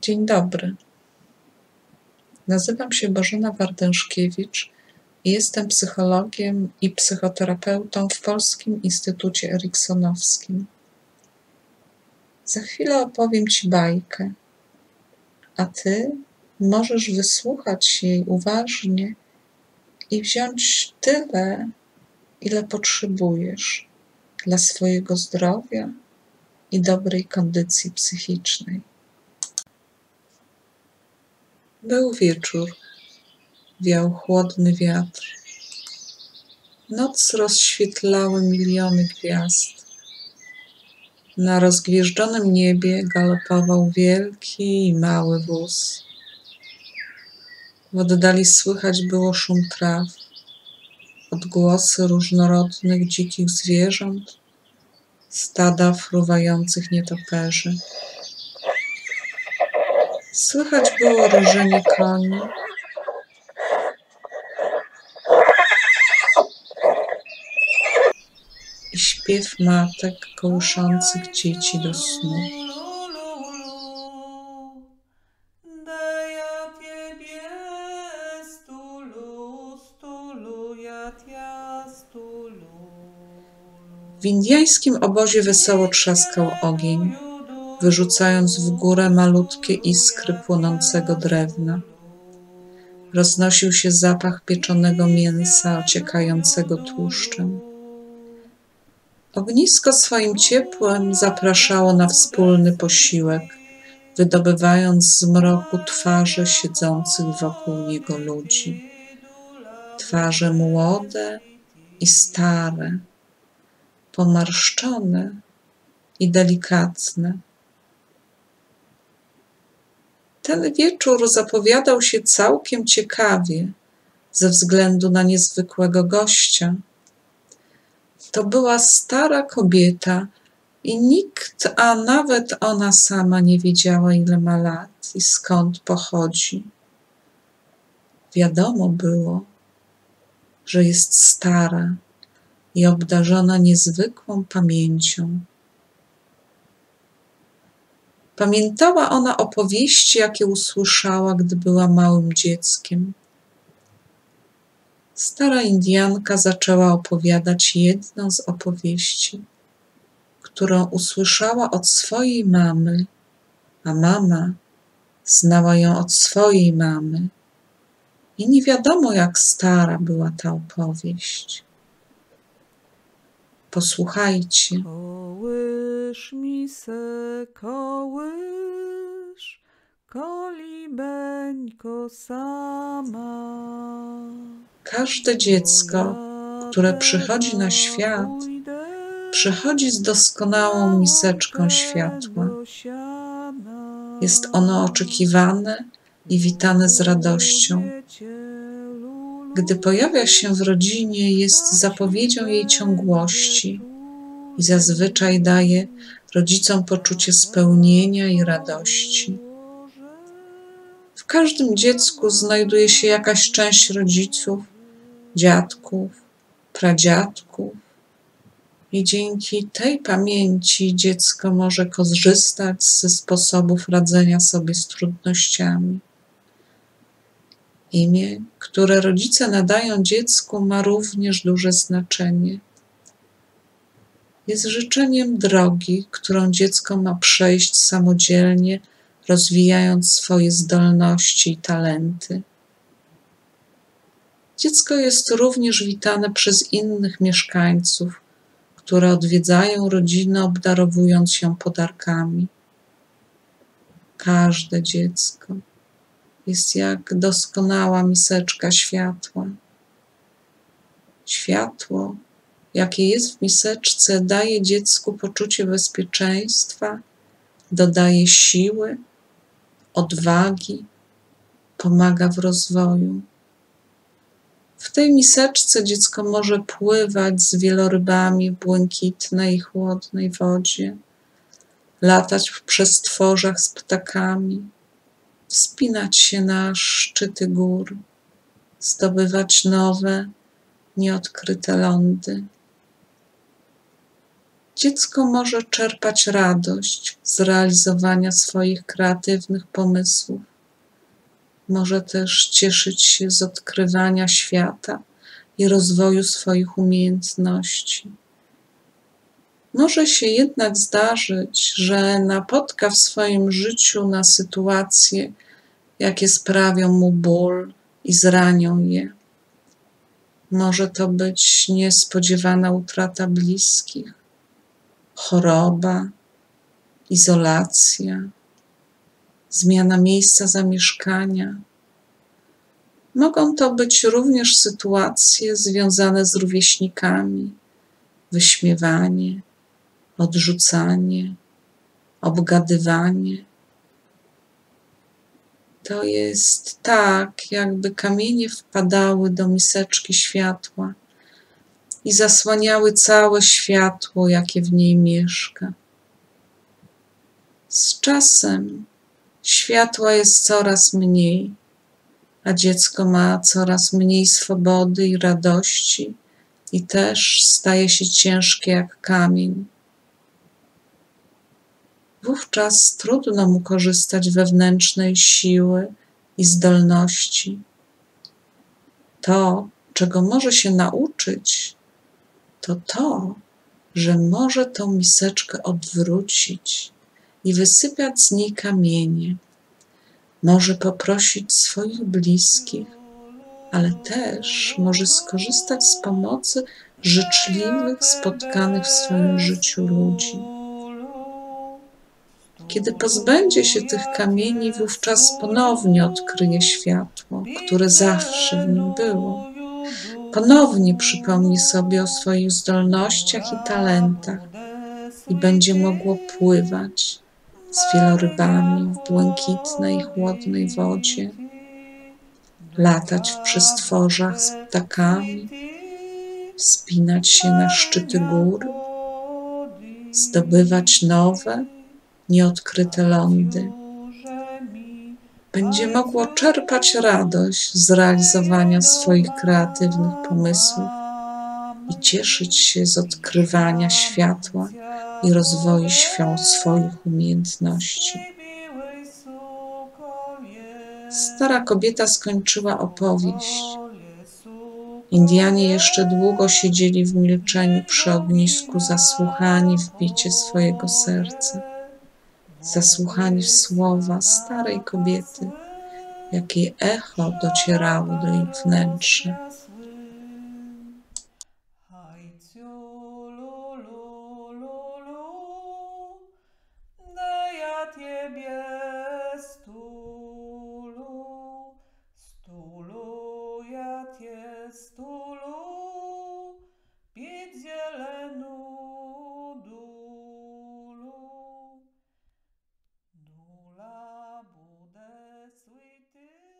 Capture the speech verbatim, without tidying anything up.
Dzień dobry. Nazywam się Bożena Wardężkiewicz i jestem psychologiem i psychoterapeutą w Polskim Instytucie Eriksonowskim. Za chwilę opowiem Ci bajkę, a Ty możesz wysłuchać jej uważnie i wziąć tyle, ile potrzebujesz dla swojego zdrowia i dobrej kondycji psychicznej. Był wieczór, wiał chłodny wiatr. Noc rozświetlały miliony gwiazd. Na rozgwieżdżonym niebie galopował wielki i mały wóz. W oddali słychać było szum traw, odgłosy różnorodnych dzikich zwierząt, stada fruwających nietoperzy. Słychać było rżenie koni, i śpiew matek kołyszących dzieci do snu. W indyjskim obozie wesoło trzaskał ogień, wyrzucając w górę malutkie iskry płonącego drewna. Roznosił się zapach pieczonego mięsa ociekającego tłuszczem. Ognisko swoim ciepłem zapraszało na wspólny posiłek, wydobywając z mroku twarze siedzących wokół niego ludzi. Twarze młode i stare, pomarszczone i delikatne. Ten wieczór zapowiadał się całkiem ciekawie ze względu na niezwykłego gościa. To była stara kobieta i nikt, a nawet ona sama nie wiedziała, ile ma lat i skąd pochodzi. Wiadomo było, że jest stara i obdarzona niezwykłą pamięcią. Pamiętała ona opowieści, jakie usłyszała, gdy była małym dzieckiem. Stara Indianka zaczęła opowiadać jedną z opowieści, którą usłyszała od swojej mamy, a mama znała ją od swojej mamy. I nie wiadomo, jak stara była ta opowieść. Posłuchajcie. Kołysz mi se, kołysz, kolibeńko sama. Każde dziecko, które przychodzi na świat, przychodzi z doskonałą miseczką światła. Jest ono oczekiwane i witane z radością. Gdy pojawia się w rodzinie, jest zapowiedzią jej ciągłości i zazwyczaj daje rodzicom poczucie spełnienia i radości. W każdym dziecku znajduje się jakaś część rodziców, dziadków, pradziadków i dzięki tej pamięci dziecko może korzystać ze sposobów radzenia sobie z trudnościami. Imię, które rodzice nadają dziecku, ma również duże znaczenie. Jest życzeniem drogi, którą dziecko ma przejść samodzielnie, rozwijając swoje zdolności i talenty. Dziecko jest również witane przez innych mieszkańców, które odwiedzają rodzinę, obdarowując ją podarkami. Każde dziecko jest jak doskonała miseczka światła. Światło, jakie jest w miseczce, daje dziecku poczucie bezpieczeństwa, dodaje siły, odwagi, pomaga w rozwoju. W tej miseczce dziecko może pływać z wielorybami w błękitnej i chłodnej wodzie, latać w przestworzach z ptakami, wspinać się na szczyty gór, zdobywać nowe, nieodkryte lądy. Dziecko może czerpać radość z realizowania swoich kreatywnych pomysłów. Może też cieszyć się z odkrywania świata i rozwoju swoich umiejętności. Może się jednak zdarzyć, że napotka w swoim życiu na sytuacje, jakie sprawią mu ból i zranią je. Może to być niespodziewana utrata bliskich, choroba, izolacja, zmiana miejsca zamieszkania. Mogą to być również sytuacje związane z rówieśnikami, wyśmiewanie, odrzucanie, obgadywanie. To jest tak, jakby kamienie wpadały do miseczki światła i zasłaniały całe światło, jakie w niej mieszka. Z czasem światła jest coraz mniej, a dziecko ma coraz mniej swobody i radości i też staje się ciężkie jak kamień. Wówczas trudno mu korzystać wewnętrznej siły i zdolności. To, czego może się nauczyć, to to, że może tą miseczkę odwrócić i wysypać z niej kamienie. Może poprosić swoich bliskich, ale też może skorzystać z pomocy życzliwych, spotkanych w swoim życiu ludzi. Kiedy pozbędzie się tych kamieni, wówczas ponownie odkryje światło, które zawsze w nim było. Ponownie przypomni sobie o swoich zdolnościach i talentach i będzie mogło pływać z wielorybami w błękitnej i chłodnej wodzie, latać w przestworzach z ptakami, wspinać się na szczyty gór, zdobywać nowe, nieodkryte lądy. Będzie mogło czerpać radość z realizowania swoich kreatywnych pomysłów i cieszyć się z odkrywania światła i rozwoju świąt swoich umiejętności. Stara kobieta skończyła opowieść. Indianie jeszcze długo siedzieli w milczeniu przy ognisku, zasłuchani w bicie swojego serca, zasłuchani w słowa starej kobiety, jak jej echo docierało do ich wnętrza. Stulu, stulu, ja cię stulu.